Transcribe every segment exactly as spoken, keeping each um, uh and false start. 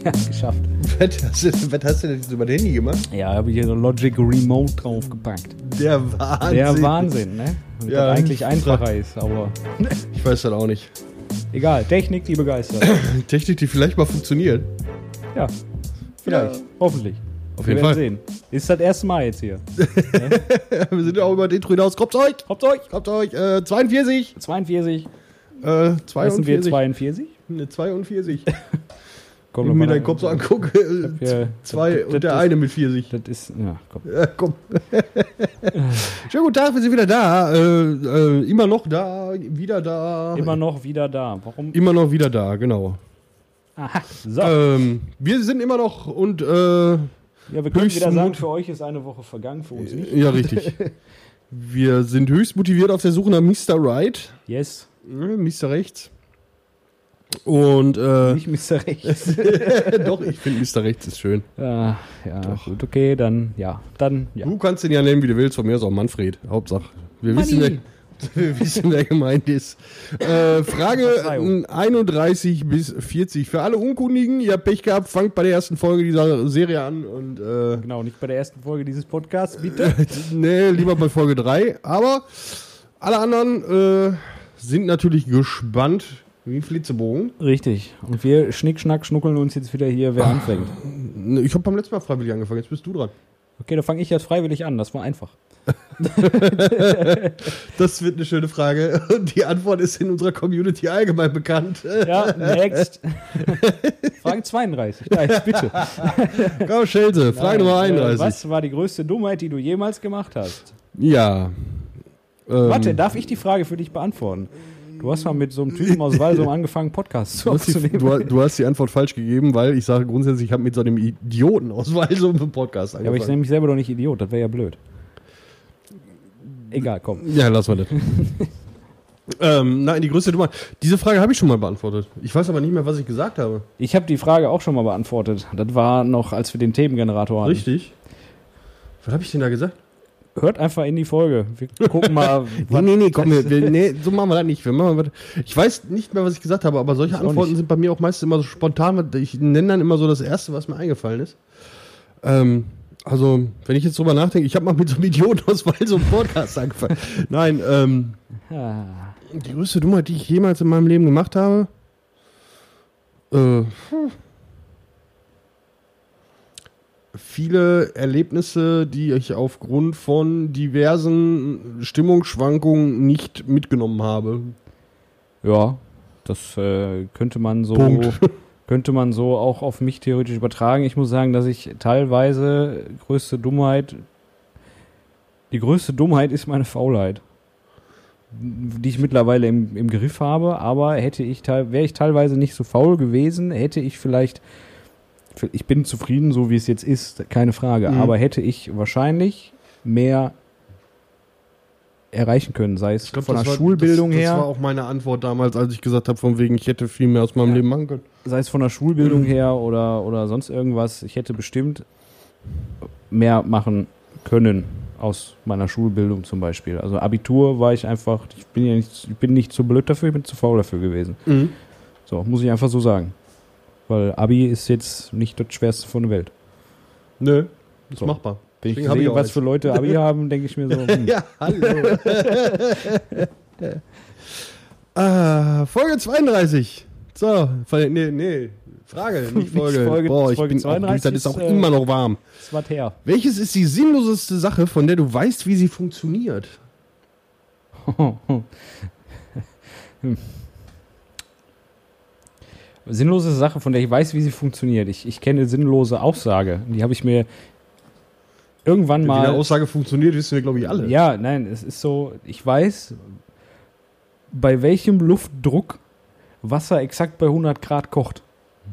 Ja, geschafft. Was hast, du, was hast du denn jetzt über das Handy gemacht? Ja, habe ich hier so Logic Remote draufgepackt. Der Wahnsinn. Der Wahnsinn, ne? Damit Ja, das eigentlich einfacher ist, aber Ich weiß das auch nicht. egal. Technik, die begeistert. Technik, die vielleicht mal funktioniert. Ja, vielleicht. Ja. Hoffentlich. Auf Wir jeden werden Fall. sehen. Ist das erste Mal jetzt hier. Wir sind ja auch über den Intro hinaus. Kommt euch! Kommt euch! Kommt euch! Äh, zweiundvierzig! zweiundvierzig. Äh, Wissen wir zweiundvierzig. zweiundvierzig? Ne, zweiundvierzig. Komm, Wenn ich mir mal deinen Kopf so angucke, äh, hier- zwei das- und der das- eine mit vierzig. Das ist, ja, komm. Ja, komm. Schönen guten Tag, wir sind wieder da. Äh, äh, immer noch da, wieder da. Immer noch wieder da. Warum? Immer noch wieder da, genau. Aha. So. Ähm, wir sind immer noch und äh, ja, wir können höchst wieder sagen, mut- für euch ist eine Woche vergangen, für uns nicht. ja, richtig. Wir sind höchst motiviert auf der Suche nach Mister Right, Yes. äh, Mister Rechts. Und äh, Nicht Mister Rechts. doch, ich finde Mister Rechts ist schön. Ja, ja, gut, okay, dann, ja, dann, ja. Du kannst den ja nennen, wie du willst. Von mir ist auch Manfred. Hauptsache. Wir wissen, wer, Manni. wir wissen, wer gemeint ist. Äh, Frage Verzeihung. einunddreißig bis vierzig. Für alle Unkundigen, ihr habt Pech gehabt, fangt bei der ersten Folge dieser Serie an. Und äh, Genau, nicht bei der ersten Folge dieses Podcasts, bitte. nee, lieber bei Folge drei. Aber alle anderen äh, sind natürlich gespannt wie Flitzebogen. Richtig. Und wir schnick, schnack, schnuckeln uns jetzt wieder hier, wer anfängt. Ich habe beim letzten Mal freiwillig angefangen, jetzt bist du dran. Okay, da fange ich jetzt freiwillig an, das war einfach. Das wird eine schöne Frage. Und die Antwort ist in unserer Community allgemein bekannt. Ja, next. Frage zweiunddreißig. Ja, jetzt bitte. Komm, Schelte, Frage Nummer Äh, einunddreißig. Was war die größte Dummheit, die du jemals gemacht hast? Ja. Ähm, Warte, darf ich die Frage für dich beantworten? Du hast mal mit so einem Typen aus Walsum angefangen, Podcasts zu du, hast die, aufzunehmen. du, du hast die Antwort falsch gegeben, weil ich sage grundsätzlich, ich habe mit so einem Idioten aus Walsum einen Podcast Ja, aber ich angefangen. nenne mich selber doch nicht Idiot, das wäre ja blöd. Egal, komm. Ja, lassen wir das. ähm, nein, die größte Dummheit. Diese Frage habe ich schon mal beantwortet. Ich weiß aber nicht mehr, was ich gesagt habe. Ich habe die Frage auch schon mal beantwortet. Das war noch, als wir den Themengenerator hatten. Richtig. Was habe ich denn da gesagt? Hört einfach in die Folge. Wir gucken mal. Nee, nee, nee, komm, wir, wir, nee, so machen wir das nicht. Wir machen was, ich weiß nicht mehr, was ich gesagt habe, aber solche Ich auch Antworten nicht. sind bei mir auch meistens immer so spontan. Ich nenne dann immer so das Erste, was mir eingefallen ist. Ähm, also, wenn ich jetzt drüber nachdenke, ich habe mal mit so einem Idioten aus Walsum einen Podcast angefangen. Nein, ähm, Ah, die größte Dummheit, die ich jemals in meinem Leben gemacht habe, äh, viele Erlebnisse, die ich aufgrund von diversen Stimmungsschwankungen nicht mitgenommen habe. ja, das äh, könnte man so. Punkt. Könnte man so auch auf mich theoretisch übertragen. Ich muss sagen, dass ich teilweise größte Dummheit. Die größte Dummheit ist meine Faulheit. Die ich mittlerweile im, im Griff habe, aber hätte ich wäre ich teilweise nicht so faul gewesen, hätte ich vielleicht. Ich bin zufrieden, so wie es jetzt ist, keine Frage. Mhm. Aber hätte ich wahrscheinlich mehr erreichen können, sei es Ich glaub, von das der war- Schulbildung das, her, Das war auch meine Antwort damals, als ich gesagt habe, von wegen, ich hätte viel mehr aus meinem Ja. Leben machen können. sei es von der Schulbildung her oder, oder sonst irgendwas. Ich hätte bestimmt mehr machen können aus meiner Schulbildung zum Beispiel. Also Abitur war ich einfach, ich bin ja nicht, ich bin nicht zu blöd dafür, ich bin zu faul dafür gewesen. So, muss ich einfach so sagen. Weil Abi ist jetzt nicht das Schwerste von der Welt. Nö, ist So. machbar. Wenn ich Deswegen hab sehe, auch was eins. für Leute Abi haben, denke ich mir so, hm, Ja, hallo. ah, Folge zweiunddreißig. So, Folge- nee, nee, Frage, nicht Nicht Folge. Folge- Boah, ich Folge bin auch, zweiunddreißig das ist auch ist, äh, immer noch warm. das war her. Welches ist die sinnloseste Sache, von der du weißt, wie sie funktioniert? Sinnlose Sache, von der ich weiß, wie sie funktioniert. Ich, ich kenne sinnlose Aussage. Die habe ich mir irgendwann Wie mal. eine Aussage funktioniert, wissen wir, glaube ich, alle. Ja, nein, es ist so, ich weiß, bei welchem Luftdruck Wasser exakt bei hundert Grad kocht.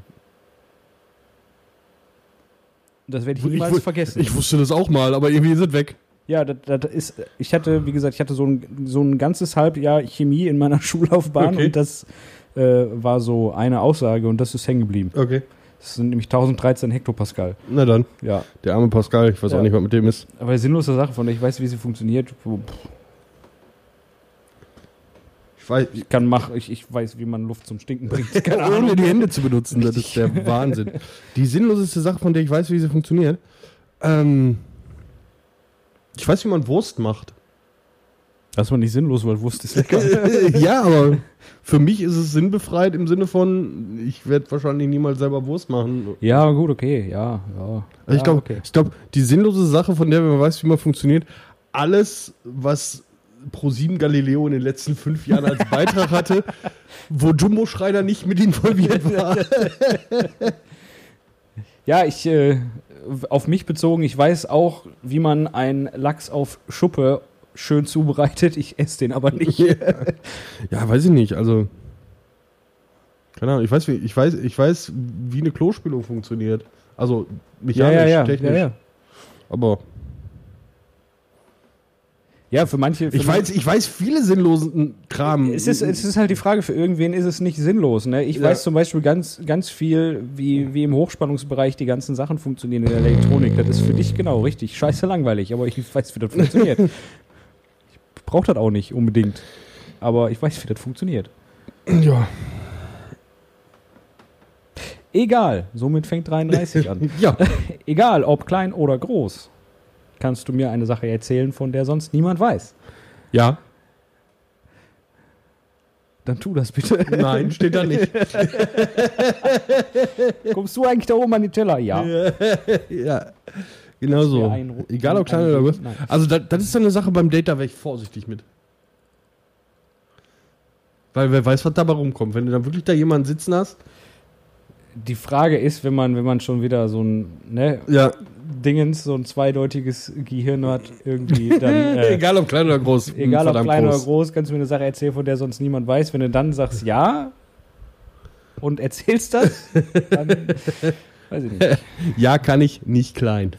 Das werde ich Ich niemals wu- vergessen. Ich wusste das auch mal, aber irgendwie ist es weg. Ja, das, das ist, ich hatte, wie gesagt, ich hatte so ein, so ein ganzes Halbjahr Chemie in meiner Schullaufbahn Okay. und das äh, war so eine Aussage und das ist hängen geblieben. Okay. Das sind nämlich tausenddreizehn Hektopascal. Na dann, Ja, der arme Pascal, ich weiß Ja. auch nicht, was mit dem ist. aber sinnlose Sache, von der ich weiß, wie sie funktioniert. Pff, Ich weiß, Ich kann mach, ich, ich weiß, wie man Luft zum Stinken bringt. Keine ohne Ahnung. die Hände zu benutzen, das ist der Wahnsinn. Die sinnloseste Sache, von der ich weiß, wie sie funktioniert. Ähm, ich weiß, wie man Wurst macht. Das war nicht sinnlos, weil Wurst ist lecker. Ja, aber für mich ist es sinnbefreit im Sinne von, ich werde wahrscheinlich niemals selber Wurst machen. Ja, gut, okay, ja, ja. Also ich Ja, glaube, okay. ich glaub, die sinnlose Sache, von der man weiß, wie man funktioniert, alles, was ProSieben Galileo in den letzten fünf Jahren als Beitrag hatte, wo Jumbo Schreiner nicht mit involviert war. Ja, ich, äh, auf mich bezogen, ich weiß auch, wie man einen Lachs auf Schuppe schön zubereitet. Ich esse den aber nicht. Ja. Ja, weiß ich nicht. Also, keine Ahnung. Ich weiß, wie, ich weiß, ich weiß, wie eine Klospülung funktioniert. Also mechanisch, ja, ja, ja, technisch. ja, ja. Aber Ja, für manche. Für ich weiß, ich weiß viele sinnlosen Kram. Es ist, es ist halt die Frage, für irgendwen ist es nicht sinnlos. Ne? Ich Ja. weiß zum Beispiel ganz, ganz viel, wie, wie im Hochspannungsbereich die ganzen Sachen funktionieren in der Elektronik. Das ist für dich genau richtig. Scheiße langweilig, aber ich weiß, wie das funktioniert. Ich brauche das auch nicht unbedingt. Aber ich weiß, wie das funktioniert. Ja. Egal, somit fängt dreiunddreißig an. Ja. Egal, ob klein oder groß, kannst du mir eine Sache erzählen, von der sonst niemand weiß. Ja. Dann tu das bitte. Nein, steht da nicht. Kommst du eigentlich da oben an die Teller? Ja. Ja. Genau so. Ja, ein- Egal ob klein ein- oder groß. nein. Also das, das ist so eine Sache beim Date, da wäre ich vorsichtig mit. Weil wer weiß, was dabei rumkommt. Wenn du dann wirklich da jemanden sitzen hast. Die Frage ist, wenn man, wenn man schon wieder so ein ne, Ja. Dingens, so ein zweideutiges Gehirn hat, irgendwie, dann. Äh, Egal ob klein oder groß. egal ob verdammt klein groß. oder groß, kannst du mir eine Sache erzählen, von der sonst niemand weiß. Wenn du dann sagst ja und erzählst das, dann weiß ich nicht. Ja, kann ich, nicht klein.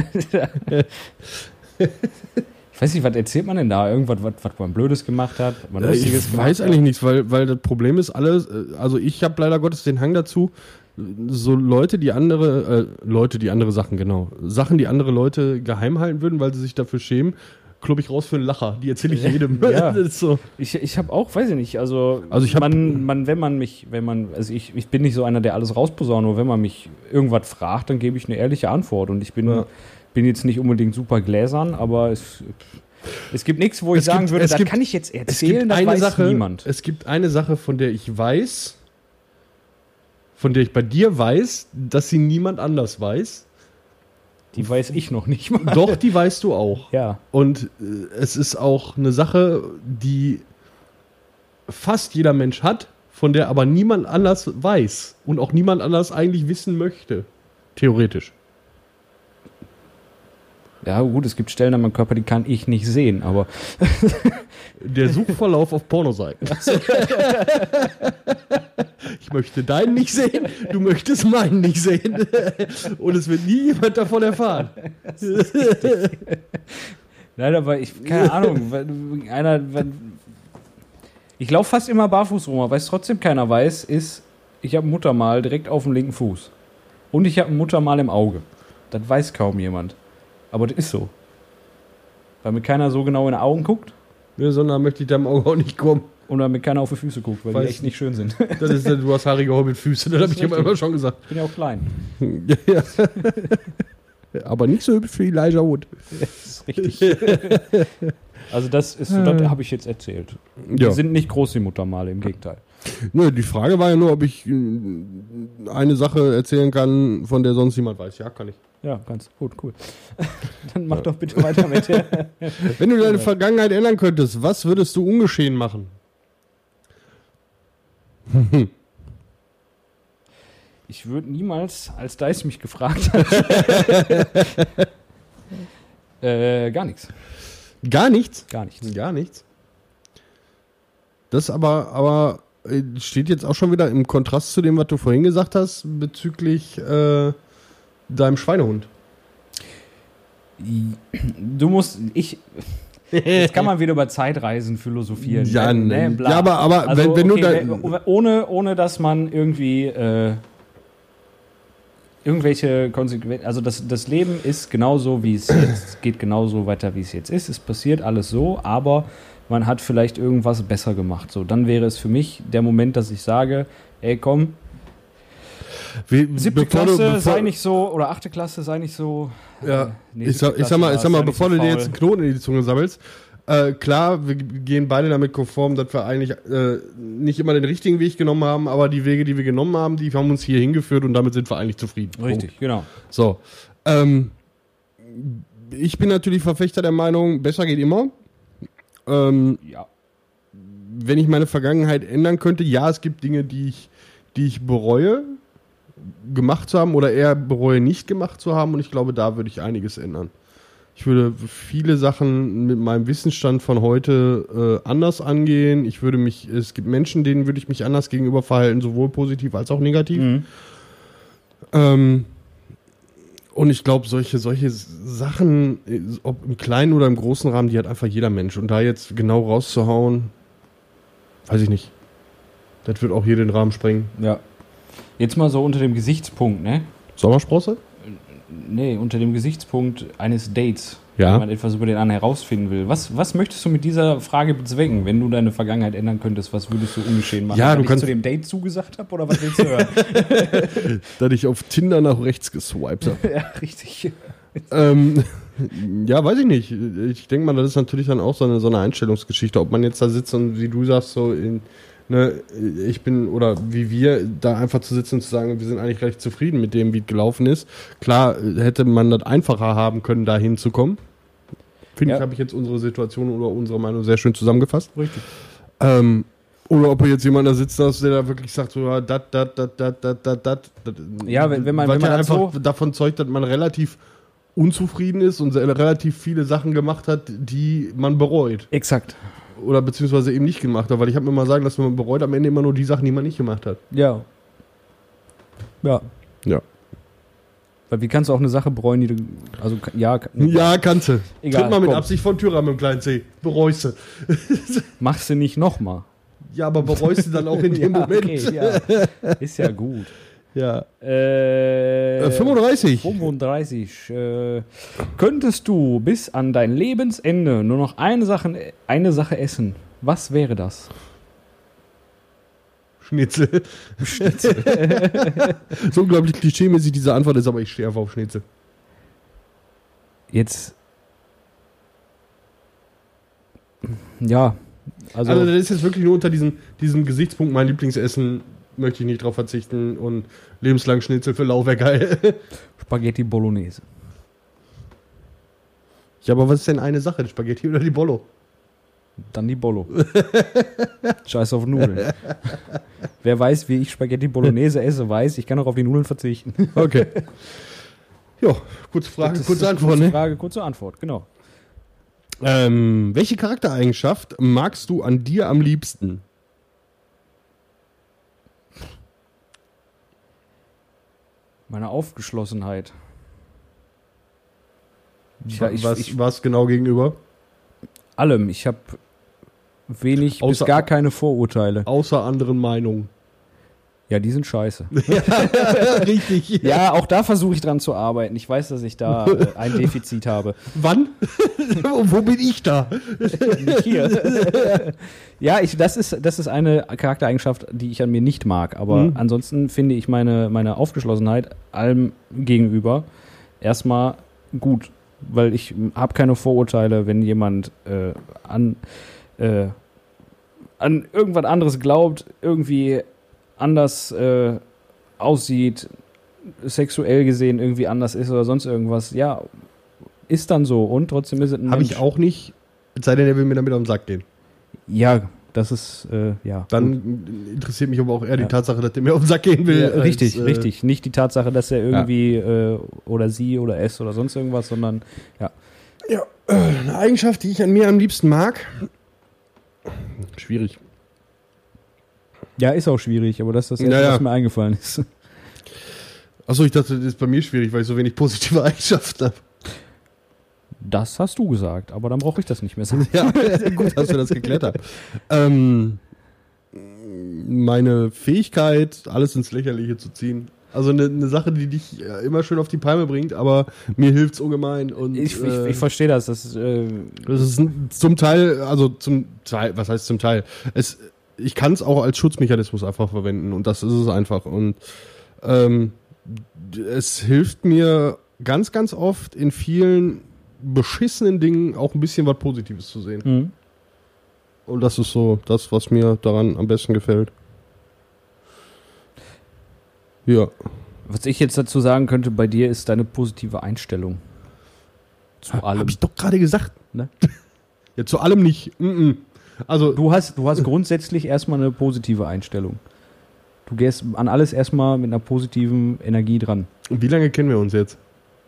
Ich weiß nicht, was erzählt man denn da? Irgendwas, was, was man Blödes gemacht hat, was man Lustiges Ich gemacht weiß hat? eigentlich nichts, weil, weil das Problem ist alles, äh, also ich habe leider Gottes den Hang dazu, so Leute, die andere, äh, Leute, die andere Sachen, genau, Sachen, die andere Leute geheim halten würden, weil sie sich dafür schämen, klopp ich raus für einen Lacher. Die erzähle ich jedem. Ja. Das ist so. Ich, ich habe auch, weiß ich nicht, also, Also ich hab- man, man, wenn man mich, wenn man, also ich, ich bin nicht so einer, der alles rausposaunt, nur wenn man mich irgendwas fragt, dann gebe ich eine ehrliche Antwort und ich bin, Ja. bin jetzt nicht unbedingt super gläsern, aber es, es gibt nichts, wo ich Es sagen gibt- würde, es das gibt- kann ich jetzt Es erzählen, gibt das eine weiß Sache, niemand. es gibt eine Sache, von der ich weiß, von der ich bei dir weiß, dass sie niemand anders weiß. Die weiß ich noch nicht mal. Doch, die weißt du auch. Ja. Und äh, es ist auch eine Sache, die fast jeder Mensch hat, von der aber niemand anders weiß und auch niemand anders eigentlich wissen möchte. Theoretisch. Ja, gut, es gibt Stellen an meinem Körper, die kann ich nicht sehen, aber Der Suchverlauf auf Pornoseiten. Ich möchte deinen nicht sehen, du möchtest meinen nicht sehen. Und es wird nie jemand davon erfahren. nein, aber ich, keine Ahnung, wenn einer, wenn, ich laufe fast immer barfuß rum, aber was trotzdem keiner weiß, ist, ich habe ein Muttermal direkt auf dem linken Fuß. Und ich habe ein Muttermal im Auge. Das weiß kaum jemand. Aber das ist so. Weil mir keiner so genau in die Augen guckt Ja, sondern möchte ich deinem Auge auch nicht kommen. und weil mir keiner auf die Füße guckt, weil Weiß die echt nicht schön sind. Das ist, du hast haarige Hobbitfüße, das habe ich immer, immer schon gesagt. Ich bin ja auch klein. Ja. Aber nicht so hübsch wie Elijah Wood. Das ist richtig. Also das ist so, das habe ich jetzt erzählt. Die Ja. sind nicht groß, die Muttermale, im Gegenteil. Nö, die Frage war ja nur, ob ich äh, eine Sache erzählen kann, von der sonst niemand weiß. Ja, kann ich. Ja, ganz gut, cool. Dann mach doch bitte weiter mit der. Wenn du deine Vergangenheit ändern könntest, was würdest du ungeschehen machen? Ich würde niemals, als Dice mich gefragt hat, äh, gar nichts. Gar nichts? Gar nichts. Gar nichts. Das aber, aber äh, steht jetzt auch schon wieder im Kontrast zu dem, was du vorhin gesagt hast, bezüglich äh, deinem Schweinehund. Du musst, ich, jetzt kann man wieder über Zeitreisen philosophieren. Ja, ne, ne, bla. ja, aber- aber also, wenn- wenn du okay, da- we- ohne, ohne, dass man irgendwie äh, irgendwelche Konsequenzen, also das, das Leben ist genauso, wie es jetzt geht, genauso weiter, wie es jetzt ist. Es passiert alles so, aber man hat vielleicht irgendwas besser gemacht. So, dann wäre es für mich der Moment, dass ich sage, ey komm, Wie, siebte bevor Klasse du, bevor, sei nicht so, oder achte Klasse sei nicht so. Ja, äh, nee, ich, sag, siebte ich sag mal, Klasse ich sag mal sei bevor nicht du so dir faul. jetzt einen Knoten in die Zunge sammelst, äh, klar, wir gehen beide damit konform, dass wir eigentlich äh, nicht immer den richtigen Weg genommen haben, aber die Wege, die wir genommen haben, die haben uns hier hingeführt und damit sind wir eigentlich zufrieden. Richtig, Punkt. genau. So. Ähm, ich bin natürlich Verfechter der Meinung, besser geht immer. Ähm, Ja. wenn ich meine Vergangenheit ändern könnte, ja, es gibt Dinge, die ich, die ich bereue, gemacht zu haben oder eher bereue, nicht gemacht zu haben und ich glaube, da würde ich einiges ändern. Ich würde viele Sachen mit meinem Wissensstand von heute äh, anders angehen. Ich würde mich, es gibt Menschen, denen würde ich mich anders gegenüber verhalten, sowohl positiv als auch negativ. Mhm. Ähm, und ich glaube, solche, solche Sachen, ob im kleinen oder im großen Rahmen, die hat einfach jeder Mensch. Und da jetzt genau rauszuhauen, weiß ich nicht. Das wird auch hier den Rahmen sprengen. Ja. Jetzt mal so unter dem Gesichtspunkt, ne? Sommersprosse? Nee, unter dem Gesichtspunkt eines Dates. Ja. Wenn man etwas über den anderen herausfinden will. Was, was möchtest du mit dieser Frage bezwecken, wenn du deine Vergangenheit ändern könntest? Was würdest du ungeschehen machen? Ja, Weil du ich kannst- zu dem Date zugesagt habe oder was willst du hören? Da ich auf Tinder nach rechts geswiped habe. Ja, richtig. ähm, ja, weiß ich nicht. Ich denke mal, das ist natürlich dann auch so eine, so eine Einstellungsgeschichte. Ob man jetzt da sitzt und wie du sagst, so in, ne, ich bin, oder wie wir, da einfach zu sitzen und zu sagen, wir sind eigentlich recht zufrieden mit dem, wie es gelaufen ist. Klar, hätte man das einfacher haben können, da hinzukommen. Finde Ja. ich, habe ich jetzt unsere Situation oder unsere Meinung sehr schön zusammengefasst. Richtig. Ähm, oder ob jetzt jemand da sitzt, der da wirklich sagt, so, ja, dat, dat, dat, dat, dat, dat, dat. Ja, wenn- wenn man- Weil wenn man mir das einfach so- davon zeugt, dass man relativ unzufrieden ist und sehr- relativ viele Sachen gemacht hat, die man bereut. Exakt. Oder beziehungsweise eben nicht gemacht hat. Weil ich habe mir mal sagen lassen, man bereut am Ende immer nur die Sachen, die man nicht gemacht hat. Ja. Ja. Ja. Weil wie kannst du auch eine Sache bereuen, die du. Also, ja. Ja, kannst du. Egal, Tritt mal mit komm. Absicht von Tür an mit dem kleinen C. Bereust du. Machst du nicht nochmal. Ja, aber bereust du dann auch in dem Moment. Okay, ja. Ist ja gut. Ja. Äh, Äh, fünfunddreißig. fünfunddreißig. Äh, könntest du bis an dein Lebensende nur noch eine Sache, eine Sache essen? Was wäre das? Schnitzel. So unglaublich klischeemäßig diese Antwort ist, aber ich stehe einfach auf Schnitzel. Jetzt. Ja. Also, Also, das ist jetzt wirklich nur unter diesem, diesem Gesichtspunkt, mein Lieblingsessen, möchte ich nicht drauf verzichten und lebenslang Schnitzel für Lau wäre geil. Spaghetti Bolognese. Ja, aber was ist denn eine Sache, die Spaghetti oder die Bollo? Dann die Bollo. Scheiß auf Nudeln. Wer weiß, wie ich Spaghetti Bolognese esse, weiß, ich kann auch auf die Nudeln verzichten. Okay. Ja, kurze Frage, Das ist kurze eine Antwort, kurze ne? Frage, kurze Antwort, genau. Ähm, welche Charaktereigenschaft magst du an dir am liebsten? Meine Aufgeschlossenheit. Ja, ich, was, ich, was genau gegenüber? allem. Ich habe wenig Außer- bis gar keine Vorurteile. Außer anderen Meinungen. Ja, die sind scheiße. Richtig. Ja, auch da versuche ich dran zu arbeiten. Ich weiß, dass ich da äh, ein Defizit habe. Wann? Wo bin ich da? Nicht hier. Ja, ich, das ist, das ist eine Charaktereigenschaft, die ich an mir nicht mag. Aber Mhm. ansonsten finde ich meine, meine Aufgeschlossenheit allem gegenüber erstmal gut. Weil ich habe keine Vorurteile, wenn jemand äh, an, äh, an irgendwas anderes glaubt, irgendwie anders äh, aussieht, sexuell gesehen irgendwie anders ist oder sonst irgendwas. Ja, ist dann so. Und trotzdem ist es ein Habe ich Mensch. auch nicht. Es sei denn, er will mir damit auf den Sack gehen. Ja, das ist, äh, ja. Dann gut. interessiert mich aber auch eher die Ja. Tatsache, dass der mir auf den Sack gehen will. Ja, als, richtig, äh, richtig. Nicht die Tatsache, dass er irgendwie äh, oder sie oder es oder sonst irgendwas, sondern ja. Ja, äh, eine Eigenschaft, die ich an mir am liebsten mag. Schwierig. Ja, ist auch schwierig, aber das ist das Erste, Ja, ja. was mir eingefallen ist. Achso, ich dachte, das ist bei mir schwierig, weil ich so wenig positive Eigenschaften habe. Das hast du gesagt, aber dann brauche ich das nicht mehr sagen. Ja, gut, dass wir das geklärt haben. Ähm, meine Fähigkeit, alles ins Lächerliche zu ziehen. Also eine, eine Sache, die dich äh, immer schön auf die Palme bringt, aber mir hilft's ungemein. Und, Ich, ich, äh, ich verstehe das. Das, äh, das ist ein- zum Teil, also zum Teil, was heißt zum Teil? Es, ich kann es auch als Schutzmechanismus einfach verwenden und das ist es einfach. Und ähm, es hilft mir ganz, ganz oft in vielen beschissenen Dingen auch ein bisschen was Positives zu sehen. mhm. Und das ist so das, was mir daran am besten gefällt. Ja. Was ich jetzt dazu sagen könnte, bei dir ist deine positive Einstellung zu allem. Hab ich doch gerade gesagt. Ne? Ja, zu allem nicht. Mm-mm. Also, Du hast, du hast grundsätzlich erstmal eine positive Einstellung. Du gehst an alles erstmal mit einer positiven Energie dran. wie lange kennen wir uns jetzt?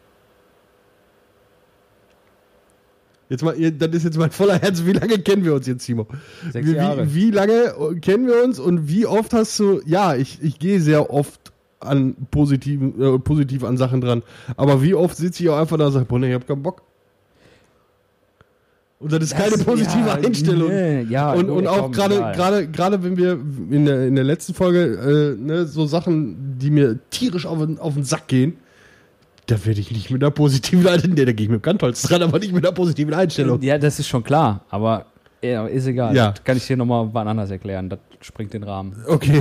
Jetzt mal, ihr- das ist jetzt mein voller Herz. Wie lange kennen wir uns jetzt, Timo? Sechs Wie, Jahre. wie, wie lange kennen wir uns und wie oft hast du, ja, ich, ich gehe sehr oft an positiven, äh, positiv an Sachen dran, aber wie oft sitze ich auch einfach da und sage, boah, nee, ich hab keinen Bock. Und das ist keine positive ja, Einstellung. nee, ja, und, gut, und auch komm, gerade egal. gerade gerade wenn wir in der, in der letzten Folge äh, ne, so Sachen, die mir tierisch auf, den- auf den Sack gehen, da werde ich nicht mit einer positiven Einstellung, nee, da gehe ich mit dem Kantholz dran, aber nicht mit einer positiven Einstellung. Ja, das ist schon klar, aber ja, ist egal. Ja. Das kann ich dir nochmal wann anders erklären. Das springt den Rahmen. Okay.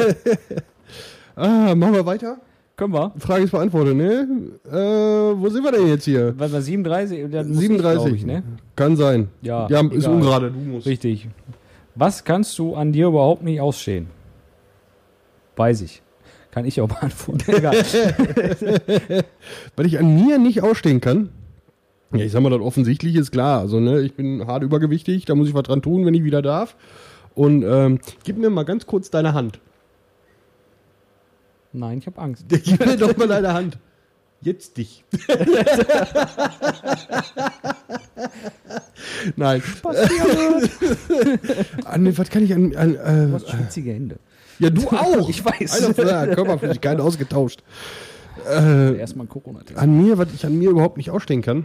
ah, machen wir weiter? Können wir? Frage ist beantwortet, ne? Äh, wo sind wir denn jetzt hier? Weil wir siebenunddreißig, dann muss siebenunddreißig. Ich, glaub ich, ne? Kann sein. Ja, Ja, ist egal. ungerade, du musst. Richtig. Was kannst du an dir überhaupt nicht ausstehen? Weiß ich. Kann ich auch beantworten. Egal. Weil ich an mir nicht ausstehen kann. Ja, ich sag mal, das offensichtlich ist klar. Also, ne, ich bin hart übergewichtig, da muss ich was dran tun, wenn ich wieder darf. Und ähm, gib mir mal ganz kurz deine Hand. Nein, ich habe Angst. Gib mir doch mal deine Hand. Jetzt dich. Nein. an, was kann ich an. an Du äh, hast schwitzige Hände. ja, du auch. Ich weiß. Einer von der Körperflüssigkeit ausgetauscht. Äh, Erstmal ein Corona-Test. an mir, was ich an mir überhaupt nicht ausstehen kann.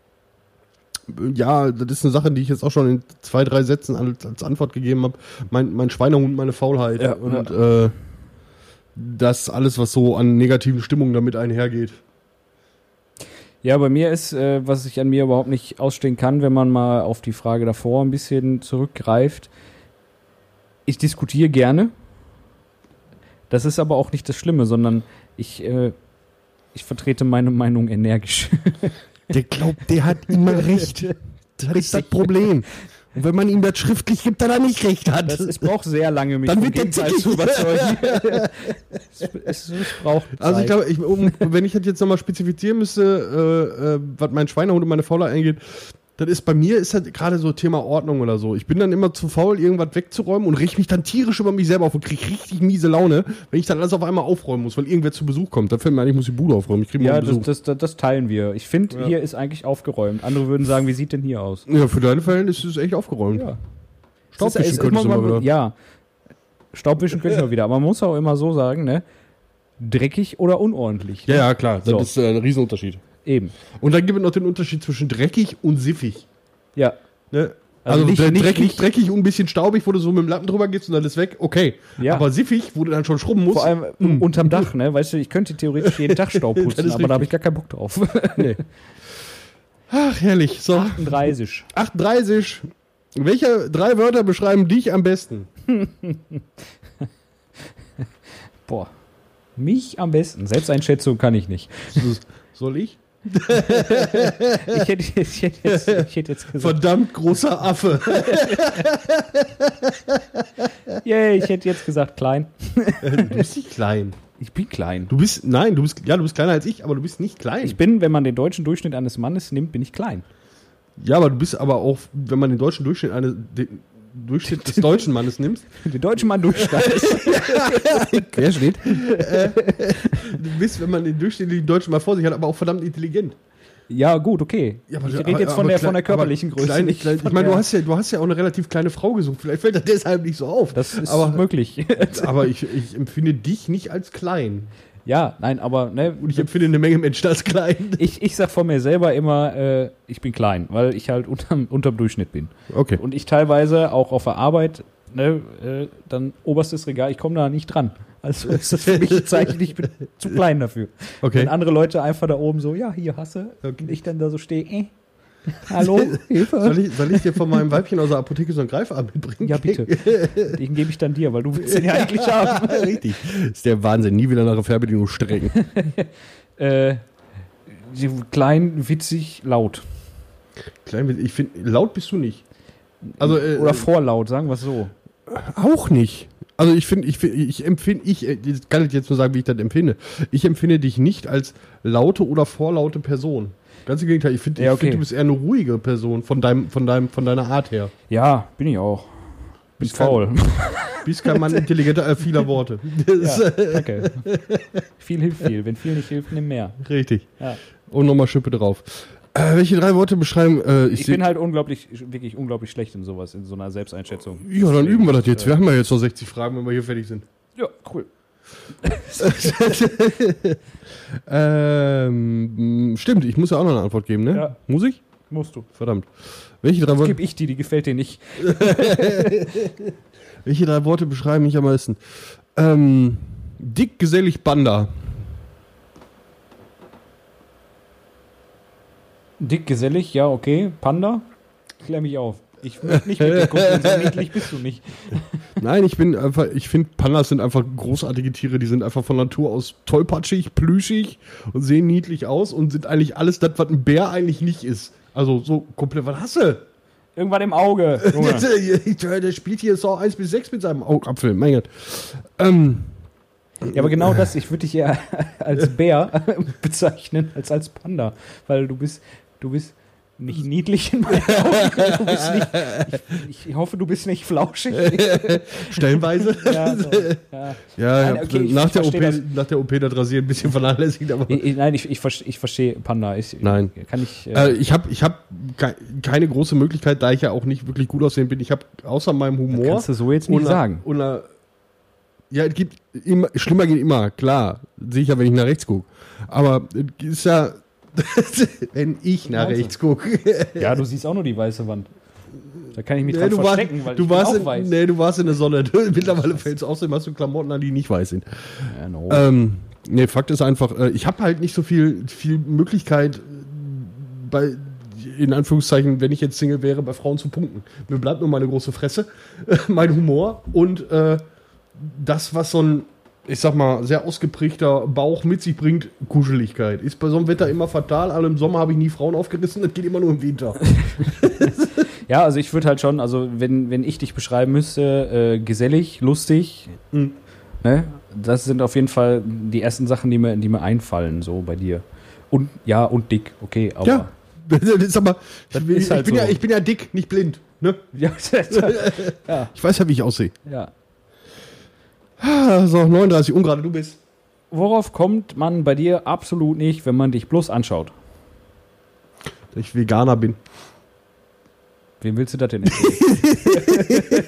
Ja, das ist eine Sache, die ich jetzt auch schon in zwei, drei Sätzen als, als Antwort gegeben habe. Mein, mein Schweinehund, meine Faulheit. Ja, und Äh, das alles, was so an negativen Stimmungen damit einhergeht. Ja, bei mir ist, äh, was ich an mir überhaupt nicht ausstehen kann, wenn man mal auf die Frage davor ein bisschen zurückgreift. Ich diskutiere gerne. Das ist aber auch nicht das Schlimme, sondern ich, äh, ich vertrete meine Meinung energisch. Der glaubt, der hat immer recht. Das ist das Problem. Und wenn man ihm das schriftlich gibt, dann er nicht recht hat. Das, es braucht sehr lange, mich Dann vom wird der Gegenteil zickig. zu überzeugen. es, es, es braucht Zeit. Also ich glaube, ich, um, wenn ich das jetzt nochmal spezifizieren müsste, äh, äh, was mein Schweinehund und meine Faulheit angeht, das ist bei mir ist halt gerade so Thema Ordnung oder so. Ich bin dann immer zu faul, irgendwas wegzuräumen und rieche mich dann tierisch über mich selber auf und kriege richtig miese Laune, wenn ich dann alles auf einmal aufräumen muss, weil irgendwer zu Besuch kommt. Da fällt mir ein, ich muss die Bude aufräumen. Ich kriege ja, mal das, Besuch. das, das, das teilen wir. Ich finde, Ja. hier ist eigentlich aufgeräumt. Andere würden sagen, wie sieht denn hier aus? Ja, für deine Verhältnnisse ist es echt aufgeräumt. Ja. Staubwischen Es ist- es- könntest du man- mal wieder. Ja, Staubwischen könnte ich mal wieder. Aber man muss auch immer so sagen, ne? Dreckig oder unordentlich. Ja, ja, klar. Das So. ist äh, ein Riesenunterschied. Eben. Und dann gibt es noch den Unterschied zwischen dreckig und siffig. Ja. Ne? Also Also, nicht- dre- nicht- dreckig, nicht- dreckig und ein bisschen staubig, wo du so mit dem Lappen drüber gehst und dann ist weg, okay. Ja. Aber siffig, wo du dann schon schrubben musst. Vor allem Mm. unterm Dach, ne? Weißt du, ich könnte theoretisch jeden Tag Staub Das putzen, ist aber da habe richtig. ich gar keinen Bock drauf. Nee. Ach, herrlich. So, achtunddreißig. achtunddreißig. Welche drei Wörter beschreiben dich am besten? Boah. Mich am besten. Selbsteinschätzung kann ich nicht. Soll ich? Ich hätte, ich hätte, jetzt, ich hätte jetzt gesagt, Verdammt großer Affe. yeah, ich hätte jetzt gesagt klein. du bist nicht klein. Ich bin klein. Du bist, nein, du bist, ja, du bist kleiner als ich, aber du bist nicht klein. Ich bin, wenn man den deutschen Durchschnitt eines Mannes nimmt, bin ich klein. ja, aber du bist aber auch, wenn man den deutschen Durchschnitt eines, den Durchschnitt des deutschen Mannes nimmst, Den deutschen Mann Durchschnitt. Querschnitt, äh, du bist, wenn man den durchschnittlichen Deutschen mal vor sich hat, aber auch verdammt intelligent. Ja, gut, okay. Ja, aber- ich rede aber- jetzt von aber der, klein- von der körperlichen aber Größe. Klein, nicht klein, von ich meine, du der- hast, ja, du hast ja auch eine relativ kleine Frau gesucht. Vielleicht fällt das deshalb nicht so auf. Das ist aber, möglich. aber ich, ich empfinde dich nicht als klein. Ja, nein, aber ne, Und ich empfinde eine Menge Menschen als klein. ich, ich sag von mir selber immer, äh, ich bin klein, weil ich halt unterm, unterm Durchschnitt bin. Okay. Und ich teilweise auch auf der Arbeit ne, äh, dann oberstes Regal, ich komme da nicht dran. Also ist das für mich ein Zeichen, ich bin zu klein dafür. Okay. Wenn andere Leute einfach da oben so, ja, hier hasse, Okay. und ich dann da so stehe, äh, hallo, Hilfe. Soll ich, soll ich dir von meinem Weibchen aus der Apotheke so einen Greifarm mitbringen? Ja, bitte. Den gebe ich dann dir, weil du willst den ja eigentlich haben. Richtig. Das ist der Wahnsinn. Nie wieder nach der Fernbedienung strecken. äh, klein, witzig, laut. Klein, ich finde, laut bist du nicht. Also, äh, Oder vorlaut, sagen wir es so. Auch nicht. Also ich finde, ich, find, ich empfinde, ich äh, kann ich jetzt nur sagen, wie ich das empfinde. Ich empfinde dich nicht als laute oder vorlaute Person. Ganz im Gegenteil, ich finde, Ja, ich okay. find, du bist eher eine ruhige Person von deinem, von deinem, von deiner Art her. Ja, bin ich auch. Bin Bist kein- faul. Bist kein Mann intelligenter, äh, vieler Worte. Das Ja, ist, danke. Viel hilft viel. Wenn viel nicht hilft, nimm mehr. richtig. Ja. Und nochmal Schippe drauf. Äh, welche drei Worte beschreiben? Äh, ich Ich seh- bin halt unglaublich, wirklich unglaublich schlecht in sowas, in so einer Selbsteinschätzung. Ja, dann üben wir das jetzt. Äh, Wir haben ja jetzt noch sechzig Fragen, wenn wir hier fertig sind. Ja, cool. ähm, stimmt, ich muss ja auch noch eine Antwort geben, ne? Ja. Muss ich? Musst du. Verdammt. Welche drei, Worte, Gib ich die, die gefällt dir nicht. welche drei Worte beschreiben mich am meisten? Ähm, dick, gesellig, Banda. Dick, gesellig, ja, okay. Panda, klär mich auf. Ich möchte nicht mit dir gucken, so niedlich bist du nicht. Nein, ich bin einfach, ich finde, Pandas sind einfach großartige Tiere, die sind einfach von Natur aus tollpatschig, plüschig und sehen niedlich aus und sind eigentlich alles das, was ein Bär eigentlich nicht ist. Also so komplett, was hast du? Irgendwann im Auge, Junge. Der, der spielt hier Saw eins bis sechs mit seinem Augapfel, mein Gott. Ähm, Ja, aber genau das, ich würde dich eher als Bär bezeichnen, als als Panda. Weil du bist, du bist nicht niedlich in meinen Augen. Du bist nicht, ich, ich hoffe, du bist nicht flauschig. stellenweise. Ja, so, ja. Ja, Nein, ja, okay, ich- nach, ich der O versteh P, das. nach der O P das Rasieren ein bisschen vernachlässigt, aber. Ich, ich, nein, ich, ich, verstehe, ich verstehe Panda. Ich, Nein. Kann ich. Äh, ich habe ich hab ke keine große Möglichkeit, da ich ja auch nicht wirklich gut aussehen bin. Ich habe außer meinem Humor. kannst du so jetzt nicht und sagen. Und einer- ja, es gibt immer, schlimmer geht immer, klar. Sehe ich ja, wenn ich nach rechts gucke. Aber es ist ja, wenn ich nach meinst du? rechts gucke. Ja, du siehst auch nur die weiße Wand. Da kann ich mich Nee, dran du warst, verstecken, weil du, ich warst bin auch in, weiß. nee, du warst in der Sonne. Mittlerweile fällt es außerdem hast du Klamotten an, die nicht weiß sind. Ja, no. Ähm, nee, Fakt ist einfach, äh, ich habe halt nicht so viel, viel Möglichkeit, äh, bei, in Anführungszeichen, wenn ich jetzt Single wäre, bei Frauen zu punkten. Mir bleibt nur meine große Fresse, mein Humor und äh, das, was so ein, ich sag mal, sehr ausgeprägter Bauch mit sich bringt, Kuscheligkeit. Ist bei so einem Wetter immer fatal. Alle im Sommer habe ich nie Frauen aufgerissen, das geht immer nur im Winter. Ja, also ich würde halt schon, also wenn, wenn ich dich beschreiben müsste, äh, gesellig, lustig, Mhm. ne? Das sind auf jeden Fall die ersten Sachen, die mir, die mir einfallen, so bei dir. Und ja, und dick, okay, aber. Ja, das ist aber, Das ich, ist halt ich, bin so. ja, ich bin ja dick, nicht blind. Ne? Ja, ja. Ich weiß ja, wie ich aussehe. ja. Ah, so, neununddreißig, ungerade, du bist. Worauf kommt man bei dir absolut nicht, wenn man dich bloß anschaut? Dass ich Veganer bin. Wem willst du das denn erzählen?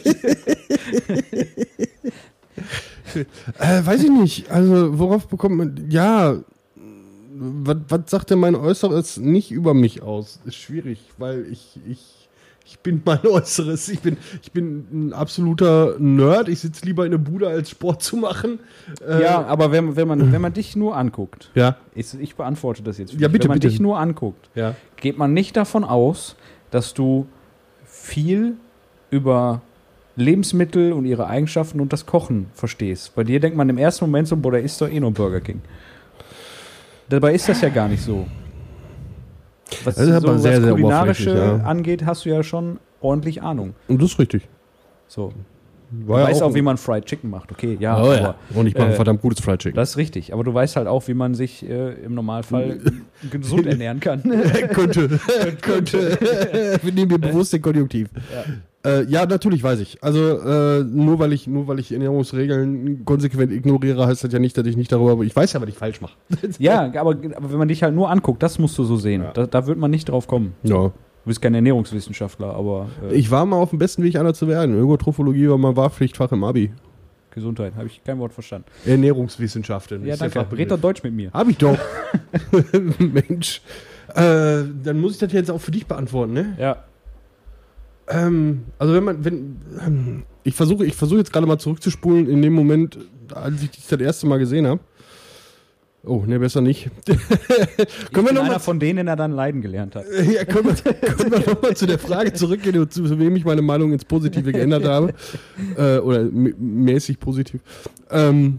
Äh, weiß ich nicht. Also, worauf bekommt man. Ja. Was, was sagt denn mein Äußeres nicht über mich aus? Ist schwierig, weil ich. ich Ich bin mein Äußeres. Ich bin, ich bin ein absoluter Nerd. Ich sitze lieber in der Bude, als Sport zu machen. Äh, Ja, aber wenn, wenn, man, wenn man dich nur anguckt, Ja. ich, ich beantworte das jetzt. für Ja, dich. bitte, wenn man bitte. dich nur anguckt, Ja. geht man nicht davon aus, dass du viel über Lebensmittel und ihre Eigenschaften und das Kochen verstehst. Bei dir denkt man im ersten Moment so, boah, der isst doch eh nur Burger King. Dabei ist das ja gar nicht so. Was, Das ist aber so, sehr, was sehr Kulinarische oberflächlich, ja. angeht, hast du ja schon ordentlich Ahnung. Und das ist richtig. So. Du War ja weißt auch, ein- wie man Fried Chicken macht, okay, ja. Oh, aber, ja. Und ich mache äh, ein verdammt gutes Fried Chicken. Das ist richtig, aber du weißt halt auch, wie man sich äh, im Normalfall gesund ernähren kann. könnte. könnte. Wir nehmen hier bewusst den Konjunktiv. Ja. Äh, ja, natürlich weiß ich. Also äh, nur weil ich nur weil ich Ernährungsregeln konsequent ignoriere, heißt das ja nicht, dass ich nicht darüber. Ich weiß ja, was ich falsch mache. Ja, aber, aber wenn man dich halt nur anguckt, das musst du so sehen. Ja. Da, da wird man nicht drauf kommen. Ja. Du bist kein Ernährungswissenschaftler, aber äh, Ich war mal auf dem besten Weg, einer zu werden. Ökotrophologie war mal Wahlpflichtfach im Abi. Gesundheit, habe ich kein Wort verstanden. Ernährungswissenschaften. Ja, ist der danke. Fachbegriff. Red doch Deutsch mit mir. Hab ich doch. Mensch. Äh, dann muss ich das jetzt auch für dich beantworten, ne? Ja. Ähm, also wenn man, wenn, ähm, Ich versuche ich versuche jetzt gerade mal zurückzuspulen in dem Moment, als ich dich das erste Mal gesehen habe. Oh, ne, besser nicht. Ich können wir bin noch einer mal, von denen, der dann leiden gelernt hat. ja, können wir, können wir noch mal zu der Frage zurückgehen, zu wem ich meine Meinung ins Positive geändert habe. Äh, oder m- mäßig positiv. Ähm,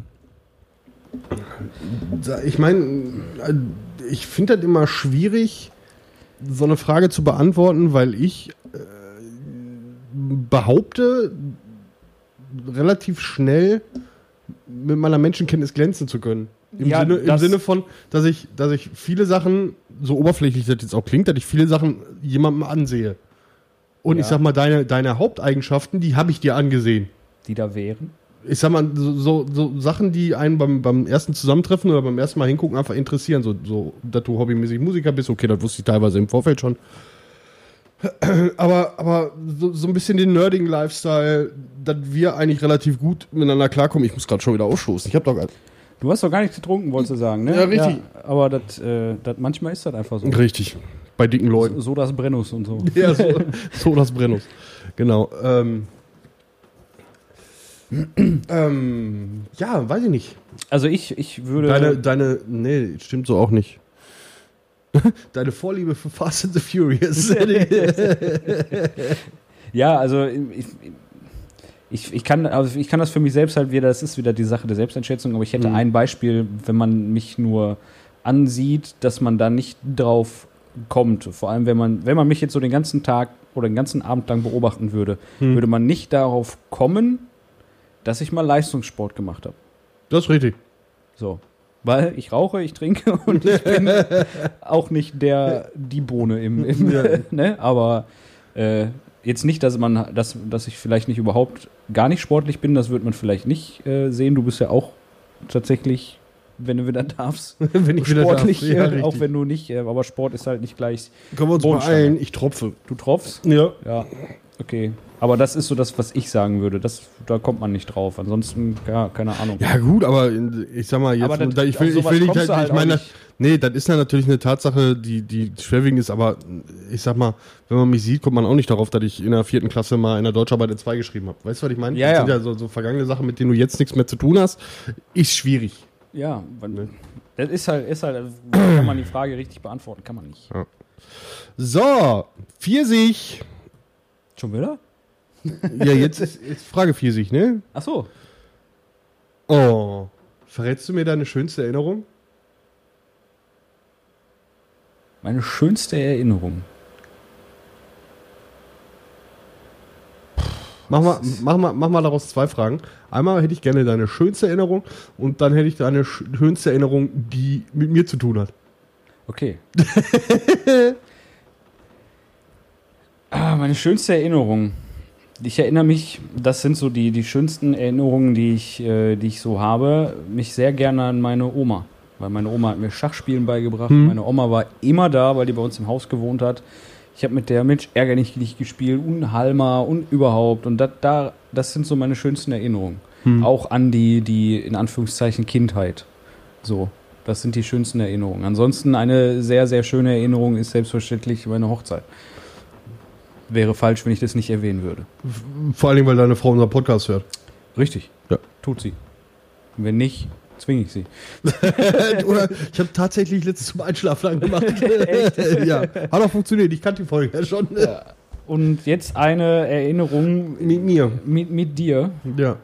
ich meine, ich finde das immer schwierig, so eine Frage zu beantworten, weil ich äh, behaupte, relativ schnell mit meiner Menschenkenntnis glänzen zu können. Im, Ja, Sinne, Im das- Sinne von, dass ich, dass ich viele Sachen, so oberflächlich das jetzt auch klingt, dass ich viele Sachen jemandem ansehe. Und Ja. ich sag mal, deine, deine Haupteigenschaften, die habe ich dir angesehen. Die da wären. Ich sag mal, so, so, so Sachen, die einen beim, beim ersten Zusammentreffen oder beim ersten Mal hingucken einfach interessieren. So, so dass du hobbymäßig Musiker bist, okay, das wusste ich teilweise im Vorfeld schon. Aber, aber so, so ein bisschen den nerdigen Lifestyle, dass wir eigentlich relativ gut miteinander klarkommen. Ich muss gerade schon wieder ausstoßen. Ich habe doch gar Du hast doch gar nicht getrunken, wolltest du sagen, ne? Ja, richtig. Ja, aber das, äh, das, manchmal ist das einfach so. Richtig. Bei dicken Leuten. So, so das Brennus und so. Ja, so, so das Brennus. Genau. Ähm, ähm, ja, weiß ich nicht. Also ich, ich würde... Deine, deine, nee, stimmt so auch nicht. Deine Vorliebe für Fast and the Furious. Ja, also ich, ich, ich, kann, also ich kann das für mich selbst halt wieder, das ist wieder die Sache der Selbsteinschätzung, aber ich hätte Mhm. ein Beispiel, wenn man mich nur ansieht, dass man da nicht drauf kommt. Vor allem, wenn man, wenn man mich jetzt so den ganzen Tag oder den ganzen Abend lang beobachten würde, Mhm. würde man nicht darauf kommen, dass ich mal Leistungssport gemacht habe. Das ist richtig. So. Weil ich rauche, ich trinke und ich bin auch nicht der, die Bohne im, im Ja. ne? Aber äh, jetzt nicht, dass man, dass, dass ich vielleicht nicht überhaupt gar nicht sportlich bin, das wird man vielleicht nicht äh, sehen. Du bist ja auch tatsächlich, wenn du wieder darfst, Wenn ich wieder sportlich, darf. Ja, äh, richtig. auch wenn du nicht, äh, aber Sport ist halt nicht gleich. Können wir uns Bodenstange. beeilen? Ich tropfe. Du tropfst? Ja. Ja, okay. Aber das ist so das, was ich sagen würde. Das, da kommt man nicht drauf. Ansonsten, ja, keine Ahnung. Ja, gut, aber in- ich sag mal, jetzt, Aber das- da, ich will, auf ich sowas will nicht, kommst du halt, halt ich meine, auch nicht. nee, das ist ja natürlich eine Tatsache, die, die schwerwiegend ist, aber ich sag mal, wenn man mich sieht, kommt man auch nicht darauf, dass ich in der vierten Klasse mal in der Deutscharbeit in zwei geschrieben habe. Weißt du, was ich meine? Ja, das ja. sind ja so, so vergangene Sachen, mit denen du jetzt nichts mehr zu tun hast. Ist schwierig. Ja, weil, Ne? das ist halt, ist halt, kann man die Frage richtig beantworten, kann man nicht. So, Pfirsich. Schon wieder? Ja, jetzt ist, ist Frage Pfirsich, ne? Ach so. Oh. Verrätst du mir deine schönste Erinnerung? Meine schönste Erinnerung. Mach mal, mach, mal, mach mal daraus zwei Fragen. Einmal hätte ich gerne deine schönste Erinnerung und dann hätte ich deine sch- schönste Erinnerung, die mit mir zu tun hat. Okay. ah, meine schönste Erinnerung. Ich erinnere mich, das sind so die, die schönsten Erinnerungen, die ich, äh, die ich so habe, mich sehr gerne an meine Oma. Weil meine Oma hat mir Schachspielen beigebracht. Hm. Meine Oma war immer da, weil die bei uns im Haus gewohnt hat. Ich habe mit der Mensch ärgerlich nicht gespielt und Halma und überhaupt. Und das, da, das sind so meine schönsten Erinnerungen. Hm. Auch an die, die in Anführungszeichen Kindheit. So, das sind die schönsten Erinnerungen. Ansonsten eine sehr, sehr schöne Erinnerung ist selbstverständlich meine Hochzeit. Wäre falsch, wenn ich das nicht erwähnen würde. Vor allen Dingen, weil deine Frau unseren Podcast hört. Richtig. Ja. Tut sie. Wenn nicht, zwinge ich sie. Oder ich habe tatsächlich letztens zum Einschlafen angemacht. Ja, hat auch funktioniert. Ich kannte die Folge ja schon. Ja. Und jetzt eine Erinnerung Mit mir. mit, mit dir. Ja.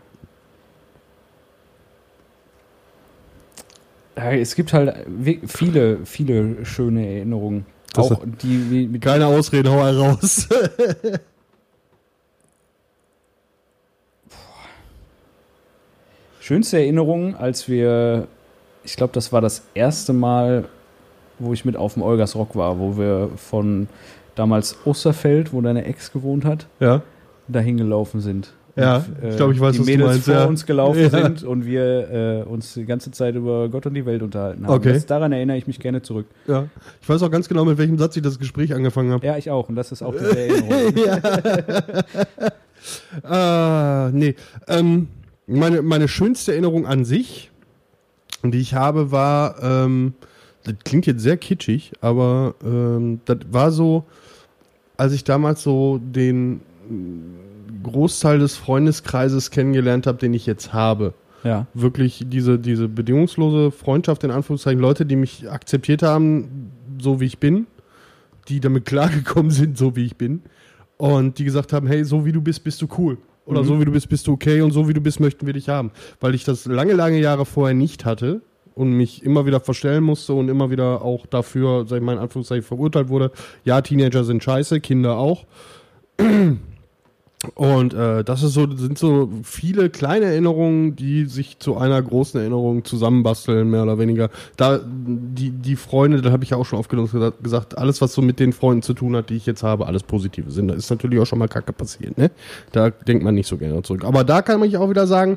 Ja, es gibt halt wi- viele, viele schöne Erinnerungen. Das Auch die, wie, mit Keine Ausreden, hau einen raus. schönste Erinnerung, als wir, ich glaube, das war das erste Mal, wo ich mit auf dem Olgas Rock war, wo wir von damals Osterfeld, wo deine Ex gewohnt hat, Ja. dahin gelaufen sind. Ja, Und, ich glaube, ich weiß, die was du Mädels meinst, vor ja. uns gelaufen Ja. sind und wir äh, uns die ganze Zeit über Gott und die Welt unterhalten haben. Okay. Das, daran erinnere ich mich gerne zurück. Ja. Ich weiß auch ganz genau, mit welchem Satz ich das Gespräch angefangen habe. Ja, ich auch. Und das ist auch diese Erinnerung. Ah, nee. Ähm, meine, meine schönste Erinnerung an sich, die ich habe, war, ähm, das klingt jetzt sehr kitschig, aber ähm, das war so, als ich damals so den Großteil des Freundeskreises kennengelernt habe, den ich jetzt habe. Ja. Wirklich diese, diese bedingungslose Freundschaft, in Anführungszeichen, Leute, die mich akzeptiert haben, so wie ich bin, die damit klargekommen sind, so wie ich bin, und die gesagt haben, hey, so wie du bist, bist du cool. Oder mhm. so wie du bist, bist du okay, und so wie du bist, möchten wir dich haben. Weil ich das lange, lange Jahre vorher nicht hatte und mich immer wieder verstellen musste und immer wieder auch dafür, sag ich mal in Anführungszeichen, verurteilt wurde. Ja, Teenager sind scheiße, Kinder auch. Und äh, das ist so, sind so viele kleine Erinnerungen, die sich zu einer großen Erinnerung zusammenbasteln, mehr oder weniger. Da die, die Freunde, da habe ich ja auch schon oft genug gesagt, alles, was so mit den Freunden zu tun hat, die ich jetzt habe, alles Positive sind. Da ist natürlich auch schon mal Kacke passiert, ne? Da denkt man nicht so gerne zurück. Aber da kann man auch wieder sagen,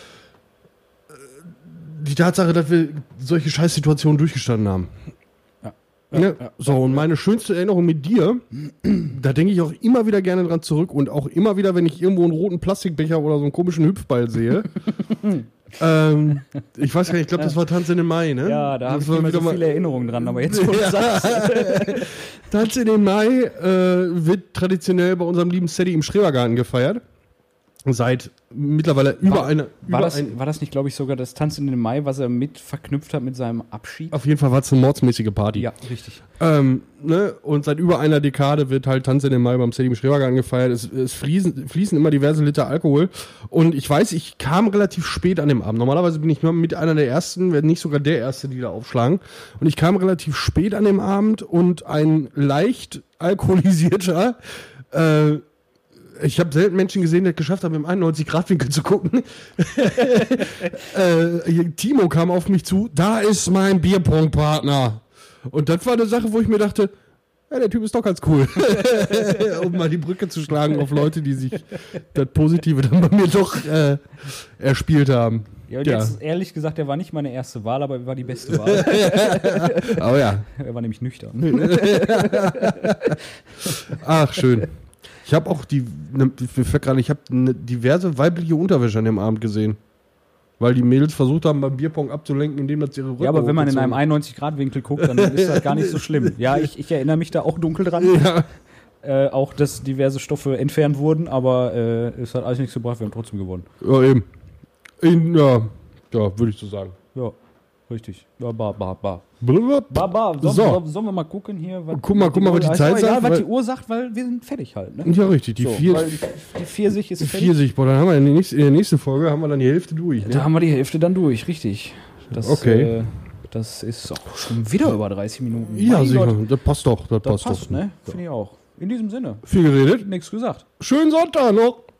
die Tatsache, dass wir solche Scheißsituationen durchgestanden haben. Ja, ja, so, und meine schönste Erinnerung mit dir, da denke ich auch immer wieder gerne dran zurück und auch immer wieder, wenn ich irgendwo einen roten Plastikbecher oder so einen komischen Hüpfball sehe. ähm, ich weiß gar nicht, ich glaube, das war Tanz in den Mai, ne? Ja, da habe ich war immer so mal viele Erinnerungen dran, aber jetzt, wo du sagst. Tanz in den Mai äh, wird traditionell bei unserem lieben Sadie im Schrebergarten gefeiert. Seit mittlerweile über war, eine. War, über das, ein, war das nicht, glaube ich, sogar das Tanz in den Mai, was er mit verknüpft hat mit seinem Abschied? Auf jeden Fall war es eine mordsmäßige Party. Ja, richtig. Ähm, ne? Und seit über einer Dekade wird halt Tanz in den Mai beim Sadie im Schrebergarten gefeiert. Es, es fließen, fließen immer diverse Liter Alkohol. Und ich weiß, ich kam relativ spät an dem Abend. Normalerweise bin ich nur mit einer der Ersten, wenn nicht sogar der Erste, die da aufschlagen. Und ich kam relativ spät an dem Abend und ein leicht alkoholisierter äh, ich habe selten Menschen gesehen, die es geschafft haben, im einundneunzig Grad Winkel zu gucken. äh, Timo kam auf mich zu, da ist mein Bierpong-Partner. Und das war eine Sache, wo ich mir dachte, ja, der Typ ist doch ganz cool. Um mal die Brücke zu schlagen auf Leute, die sich das Positive dann bei mir doch äh, erspielt haben. Ja, und ja. jetzt ehrlich gesagt, er war nicht meine erste Wahl, aber er war die beste Wahl. Oh ja. Er war nämlich nüchtern. Ach, schön. Ich habe auch die, ne, ich habe ne, diverse weibliche Unterwäsche an dem Abend gesehen. Weil die Mädels versucht haben, beim Bierpong abzulenken, indem das ihre Rücken. Ja, aber wenn man in einem einundneunzig Grad Winkel guckt, dann ist das gar nicht so schlimm. Ja, ich, ich erinnere mich da auch dunkel dran. Ja. Äh, auch, dass diverse Stoffe entfernt wurden, aber äh, es hat alles nichts gebracht, wir haben trotzdem gewonnen. Ja, eben. In, ja, ja, würde ich so sagen. Ja, richtig. Ja, ba, ba, ba. Blablabla. Ba, ba. Sollen, So. sollen wir mal gucken hier? Was Guck mal, guck mal, was die Uhr- Zeit ist doch egal, sagt, was weil- die Uhr sagt, weil wir sind fertig halt. Ne? Ja, richtig. Die So, vier, weil die, die Pfirsich ist fertig. Pfirsich, boah, dann haben wir in der, nächsten, in der nächsten Folge haben wir dann die Hälfte durch. Da Ne? haben wir die Hälfte dann durch, richtig. Das, Okay. Äh, das ist auch schon wieder über dreißig Minuten. Ja, Mein sicher. Gott, Das passt doch. Das, das passt, passt, doch. ne? Finde ich auch. In diesem Sinne. Viel geredet. Nichts gesagt. Schönen Sonntag noch.